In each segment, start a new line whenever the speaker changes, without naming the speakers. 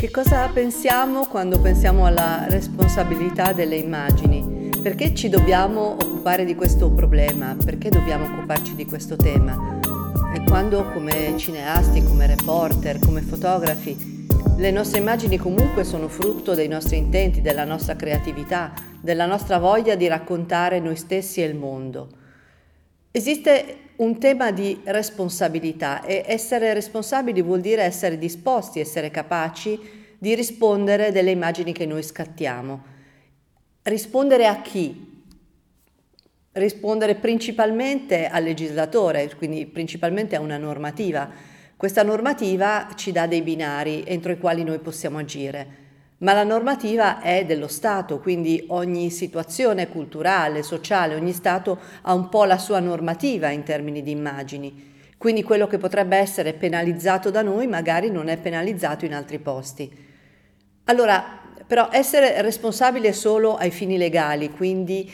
Che cosa pensiamo quando pensiamo alla responsabilità delle immagini? Perché ci dobbiamo occupare di questo problema? Perché dobbiamo occuparci di questo tema? E quando come cineasti, come reporter, come fotografi, le nostre immagini comunque sono frutto dei nostri intenti, della nostra creatività, della nostra voglia di raccontare noi stessi e il mondo. Esiste un tema di responsabilità e essere responsabili vuol dire essere disposti, essere capaci di rispondere delle immagini che noi scattiamo. Rispondere a chi? Rispondere principalmente al legislatore, quindi principalmente a una normativa. Questa normativa ci dà dei binari entro i quali noi possiamo agire. Ma la normativa è dello Stato, quindi ogni situazione culturale, sociale, ogni Stato ha un po' la sua normativa in termini di immagini. Quindi quello che potrebbe essere penalizzato da noi magari non è penalizzato in altri posti. Allora, però essere responsabile solo ai fini legali, quindi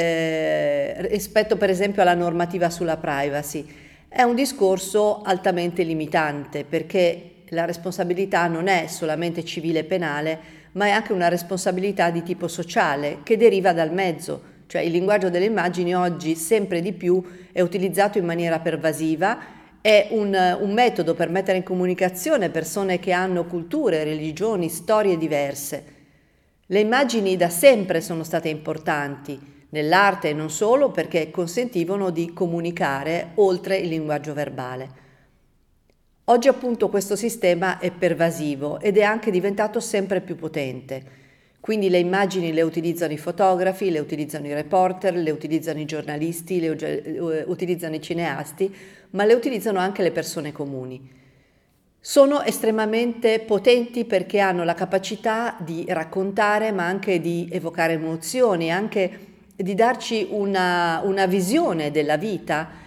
rispetto per esempio alla normativa sulla privacy, è un discorso altamente limitante perché la responsabilità non è solamente civile e penale, ma è anche una responsabilità di tipo sociale che deriva dal mezzo, cioè il linguaggio delle immagini oggi sempre di più è utilizzato in maniera pervasiva, è un metodo per mettere in comunicazione persone che hanno culture, religioni, storie diverse. Le immagini da sempre sono state importanti, nell'arte e non solo, perché consentivano di comunicare oltre il linguaggio verbale. Oggi appunto questo sistema è pervasivo ed è anche diventato sempre più potente. Quindi le immagini le utilizzano i fotografi, le utilizzano i reporter, le utilizzano i giornalisti, utilizzano i cineasti, ma le utilizzano anche le persone comuni. Sono estremamente potenti perché hanno la capacità di raccontare, ma anche di evocare emozioni, anche di darci una visione della vita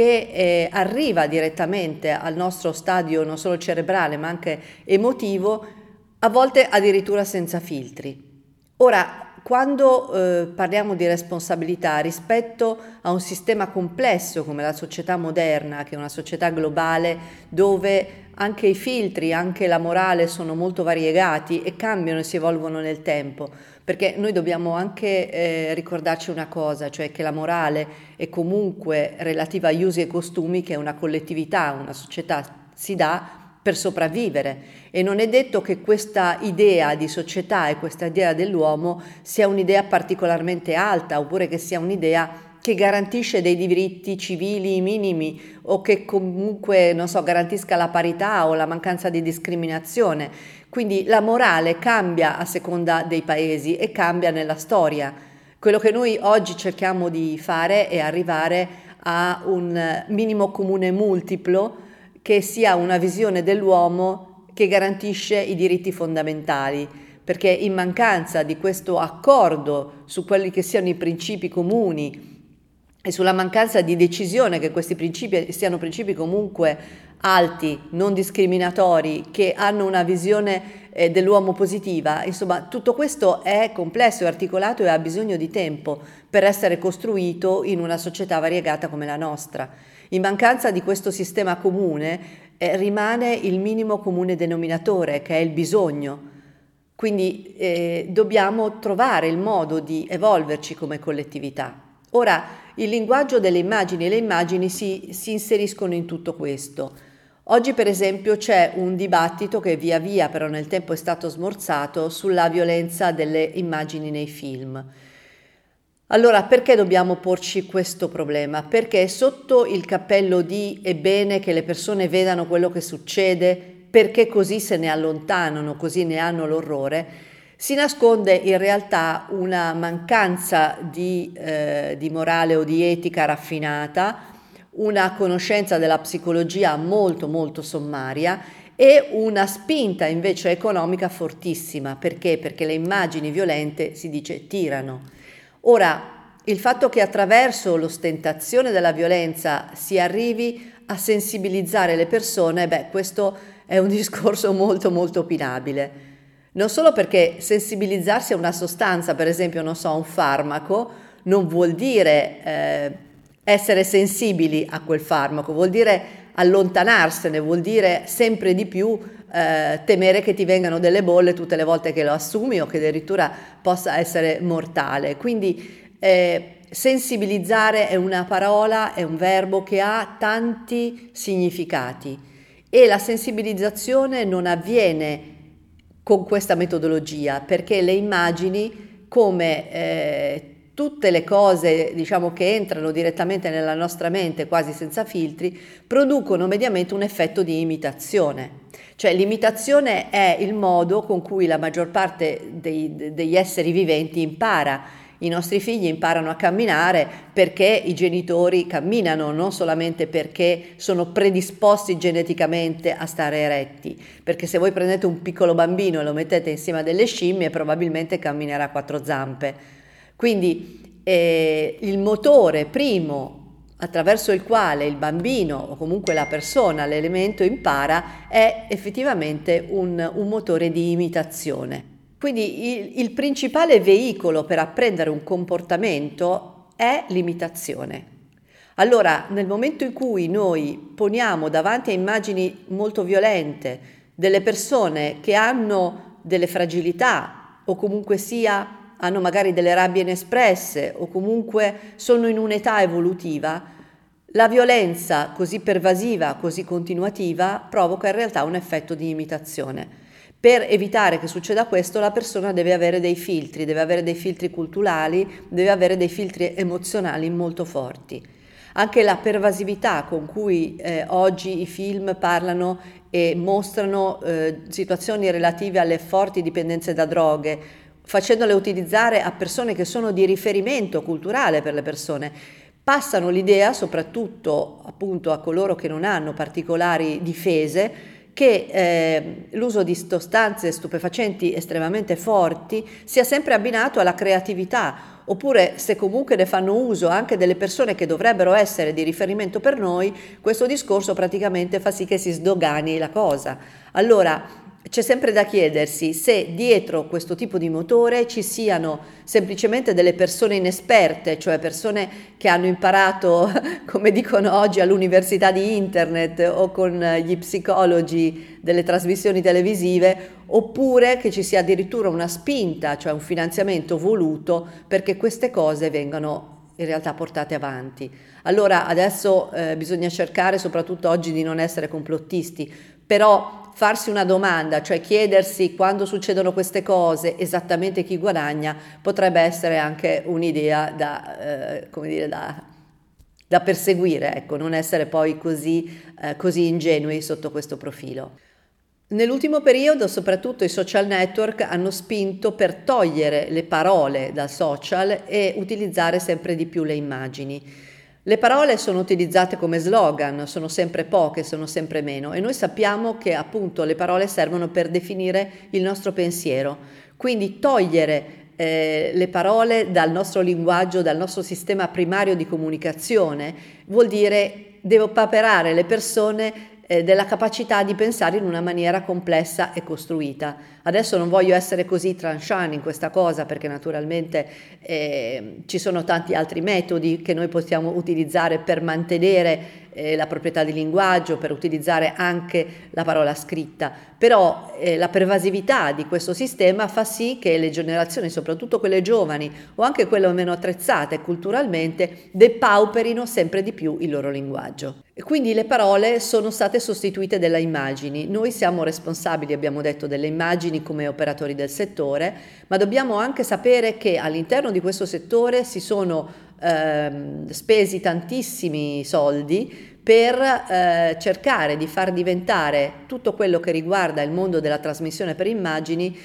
che arriva direttamente al nostro stadio non solo cerebrale ma anche emotivo, a volte addirittura senza filtri. Ora, quando parliamo di responsabilità rispetto a un sistema complesso come la società moderna, che è una società globale dove anche i filtri, anche la morale sono molto variegati e cambiano e si evolvono nel tempo, perché noi dobbiamo anche ricordarci una cosa, cioè che la morale è comunque relativa agli usi e costumi che una collettività, una società si dà per sopravvivere e non è detto che questa idea di società e questa idea dell'uomo sia un'idea particolarmente alta oppure che sia un'idea che garantisce dei diritti civili minimi o che comunque, non so, garantisca la parità o la mancanza di discriminazione. Quindi la morale cambia a seconda dei paesi e cambia nella storia. Quello che noi oggi cerchiamo di fare è arrivare a un minimo comune multiplo che sia una visione dell'uomo che garantisce i diritti fondamentali, perché in mancanza di questo accordo su quelli che siano i principi comuni e sulla mancanza di decisione che questi principi siano principi comunque alti, non discriminatori, che hanno una visione dell'uomo positiva, insomma tutto questo è complesso e articolato e ha bisogno di tempo per essere costruito in una società variegata come la nostra. In mancanza di questo sistema comune rimane il minimo comune denominatore, che è il bisogno. Quindi dobbiamo trovare il modo di evolverci come collettività. Ora, il linguaggio delle immagini e le immagini si inseriscono in tutto questo. Oggi per esempio c'è un dibattito che via via però nel tempo è stato smorzato sulla violenza delle immagini nei film. Allora, perché dobbiamo porci questo problema? Perché sotto il cappello di è bene che le persone vedano quello che succede, perché così se ne allontanano, così ne hanno l'orrore, si nasconde in realtà una mancanza di morale o di etica raffinata, una conoscenza della psicologia molto molto sommaria e una spinta invece economica fortissima. Perché? Perché le immagini violente, si dice, tirano. Ora, il fatto che attraverso l'ostentazione della violenza si arrivi a sensibilizzare le persone, questo è un discorso molto molto opinabile. Non solo perché sensibilizzarsi a una sostanza, per esempio, non so, un farmaco, non vuol dire essere sensibili a quel farmaco, vuol dire allontanarsene, vuol dire sempre di più temere che ti vengano delle bolle tutte le volte che lo assumi o che addirittura possa essere mortale. Quindi sensibilizzare è una parola, è un verbo che ha tanti significati e la sensibilizzazione non avviene con questa metodologia perché le immagini, come tutte le cose diciamo che entrano direttamente nella nostra mente quasi senza filtri, producono mediamente un effetto di imitazione. Cioè l'imitazione è il modo con cui la maggior parte degli esseri viventi impara. I nostri figli imparano a camminare perché i genitori camminano, non solamente perché sono predisposti geneticamente a stare eretti, perché se voi prendete un piccolo bambino e lo mettete insieme a delle scimmie probabilmente camminerà a quattro zampe. Quindi il motore primo attraverso il quale il bambino o comunque la persona, l'elemento impara è effettivamente un motore di imitazione. Quindi il principale veicolo per apprendere un comportamento è l'imitazione. Allora, nel momento in cui noi poniamo davanti a immagini molto violente delle persone che hanno delle fragilità o comunque sia hanno magari delle rabbie inespresse o comunque sono in un'età evolutiva, la violenza così pervasiva, così continuativa, provoca in realtà un effetto di imitazione. Per evitare che succeda questo, la persona deve avere dei filtri culturali, deve avere dei filtri emozionali molto forti. Anche la pervasività con cui oggi i film parlano e mostrano situazioni relative alle forti dipendenze da droghe, facendole utilizzare a persone che sono di riferimento culturale per le persone, passano l'idea, soprattutto appunto a coloro che non hanno particolari difese, che l'uso di sostanze stupefacenti estremamente forti sia sempre abbinato alla creatività, oppure se comunque ne fanno uso anche delle persone che dovrebbero essere di riferimento per noi, questo discorso praticamente fa sì che si sdogani la cosa. Allora, c'è sempre da chiedersi se dietro questo tipo di motore ci siano semplicemente delle persone inesperte, cioè persone che hanno imparato, come dicono oggi, all'università di internet o con gli psicologi delle trasmissioni televisive, oppure che ci sia addirittura una spinta, cioè un finanziamento voluto perché queste cose vengano in realtà portate avanti. Allora adesso bisogna cercare soprattutto oggi di non essere complottisti, però farsi una domanda, cioè chiedersi quando succedono queste cose esattamente chi guadagna, potrebbe essere anche un'idea da perseguire, ecco, non essere poi così ingenui sotto questo profilo. Nell'ultimo periodo soprattutto i social network hanno spinto per togliere le parole dal social e utilizzare sempre di più le immagini. Le parole sono utilizzate come slogan, sono sempre poche, sono sempre meno e noi sappiamo che appunto le parole servono per definire il nostro pensiero. Quindi togliere le parole dal nostro linguaggio, dal nostro sistema primario di comunicazione, vuol dire devo paperare le persone della capacità di pensare in una maniera complessa e costruita. Adesso non voglio essere così tranchant in questa cosa perché naturalmente ci sono tanti altri metodi che noi possiamo utilizzare per mantenere la proprietà di linguaggio, per utilizzare anche la parola scritta, però la pervasività di questo sistema fa sì che le generazioni, soprattutto quelle giovani o anche quelle meno attrezzate culturalmente, depauperino sempre di più il loro linguaggio. E quindi le parole sono state sostituite dalle immagini. Noi siamo responsabili, abbiamo detto, delle immagini come operatori del settore, ma dobbiamo anche sapere che all'interno di questo settore si sono spesi tantissimi soldi per cercare di far diventare tutto quello che riguarda il mondo della trasmissione per immagini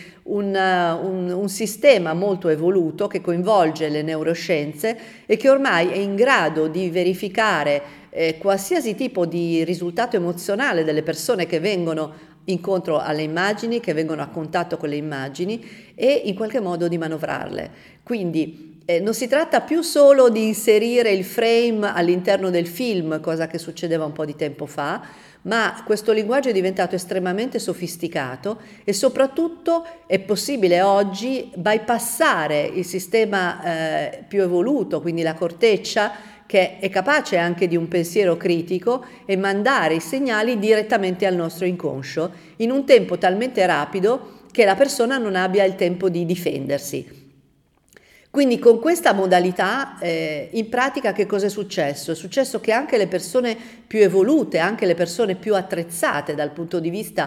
un sistema molto evoluto che coinvolge le neuroscienze e che ormai è in grado di verificare qualsiasi tipo di risultato emozionale delle persone che vengono incontro alle immagini, che vengono a contatto con le immagini e in qualche modo di manovrarle. Quindi non si tratta più solo di inserire il frame all'interno del film, cosa che succedeva un po' di tempo fa, ma questo linguaggio è diventato estremamente sofisticato e soprattutto è possibile oggi bypassare il sistema più evoluto, quindi la corteccia, che è capace anche di un pensiero critico e mandare i segnali direttamente al nostro inconscio in un tempo talmente rapido che la persona non abbia il tempo di difendersi. Quindi con questa modalità in pratica che cosa è successo? È successo che anche le persone più evolute, anche le persone più attrezzate dal punto di vista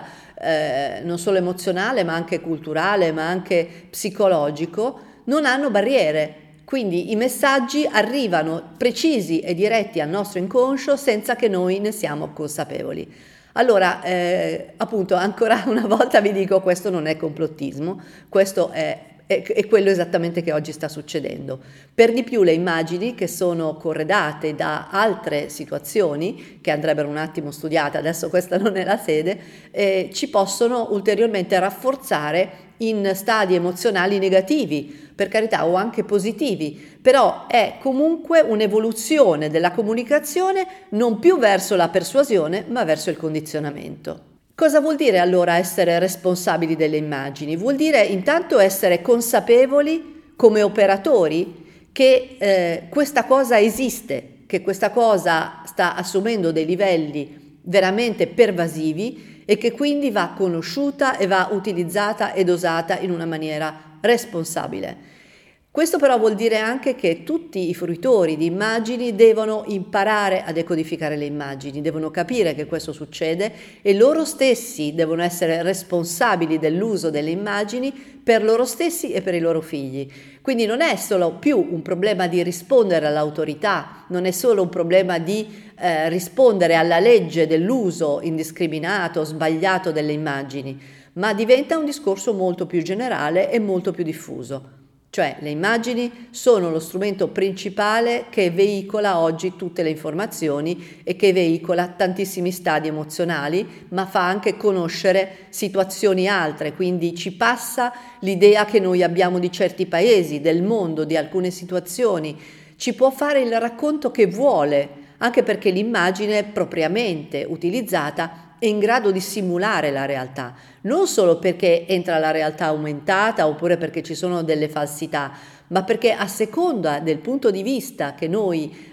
non solo emozionale ma anche culturale ma anche psicologico non hanno barriere. Quindi i messaggi arrivano precisi e diretti al nostro inconscio senza che noi ne siamo consapevoli. Allora, appunto, ancora una volta vi dico, questo non è complottismo, questo è quello esattamente che oggi sta succedendo. Per di più le immagini che sono corredate da altre situazioni che andrebbero un attimo studiate, adesso questa non è la sede, ci possono ulteriormente rafforzare in stadi emozionali negativi, per carità, o anche positivi, però è comunque un'evoluzione della comunicazione non più verso la persuasione ma verso il condizionamento. Cosa vuol dire allora essere responsabili delle immagini? Vuol dire intanto essere consapevoli come operatori che questa cosa esiste, che questa cosa sta assumendo dei livelli veramente pervasivi e che quindi va conosciuta e va utilizzata ed usata in una maniera responsabile. Questo però vuol dire anche che tutti i fruitori di immagini devono imparare a decodificare le immagini, devono capire che questo succede e loro stessi devono essere responsabili dell'uso delle immagini per loro stessi e per i loro figli. Quindi non è solo più un problema di rispondere all'autorità, non è solo un problema di rispondere alla legge dell'uso indiscriminato, sbagliato delle immagini, ma diventa un discorso molto più generale e molto più diffuso. Cioè le immagini sono lo strumento principale che veicola oggi tutte le informazioni e che veicola tantissimi stadi emozionali, ma fa anche conoscere situazioni altre, quindi ci passa l'idea che noi abbiamo di certi paesi, del mondo, di alcune situazioni, ci può fare il racconto che vuole, anche perché l'immagine propriamente utilizzata è in grado di simulare la realtà, non solo perché entra la realtà aumentata oppure perché ci sono delle falsità, ma perché a seconda del punto di vista che noi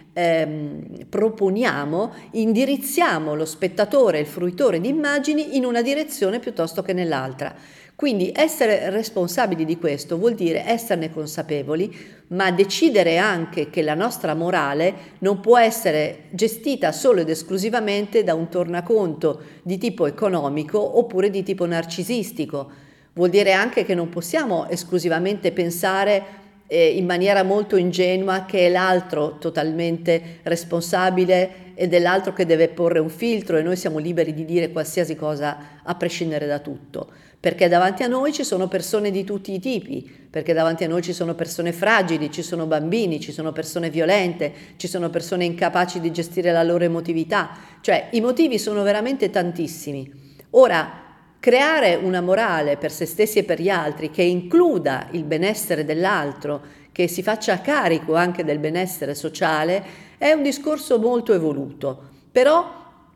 proponiamo, indirizziamo lo spettatore, il fruitore di immagini in una direzione piuttosto che nell'altra. Quindi essere responsabili di questo vuol dire esserne consapevoli, ma decidere anche che la nostra morale non può essere gestita solo ed esclusivamente da un tornaconto di tipo economico oppure di tipo narcisistico. Vuol dire anche che non possiamo esclusivamente pensare in maniera molto ingenua che è l'altro totalmente responsabile ed è l'altro che deve porre un filtro e noi siamo liberi di dire qualsiasi cosa a prescindere da tutto. Perché davanti a noi ci sono persone di tutti i tipi, perché davanti a noi ci sono persone fragili, ci sono bambini, ci sono persone violente, ci sono persone incapaci di gestire la loro emotività, cioè i motivi sono veramente tantissimi. Ora, creare una morale per se stessi e per gli altri che includa il benessere dell'altro, che si faccia carico anche del benessere sociale, è un discorso molto evoluto, però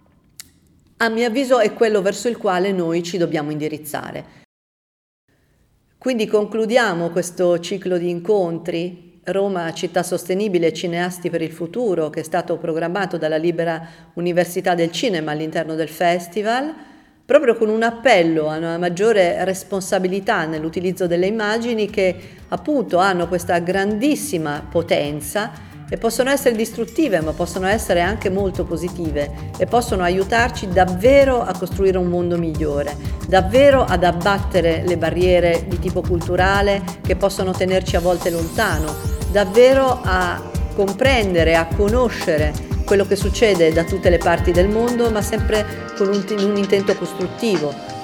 a mio avviso è quello verso il quale noi ci dobbiamo indirizzare. Quindi concludiamo questo ciclo di incontri Roma Città Sostenibile Cineasti per il Futuro, che è stato programmato dalla Libera Università del Cinema all'interno del festival, proprio con un appello a una maggiore responsabilità nell'utilizzo delle immagini che appunto hanno questa grandissima potenza e possono essere distruttive, ma possono essere anche molto positive e possono aiutarci davvero a costruire un mondo migliore, davvero ad abbattere le barriere di tipo culturale che possono tenerci a volte lontano, davvero a comprendere, a conoscere quello che succede da tutte le parti del mondo, ma sempre con un intento costruttivo,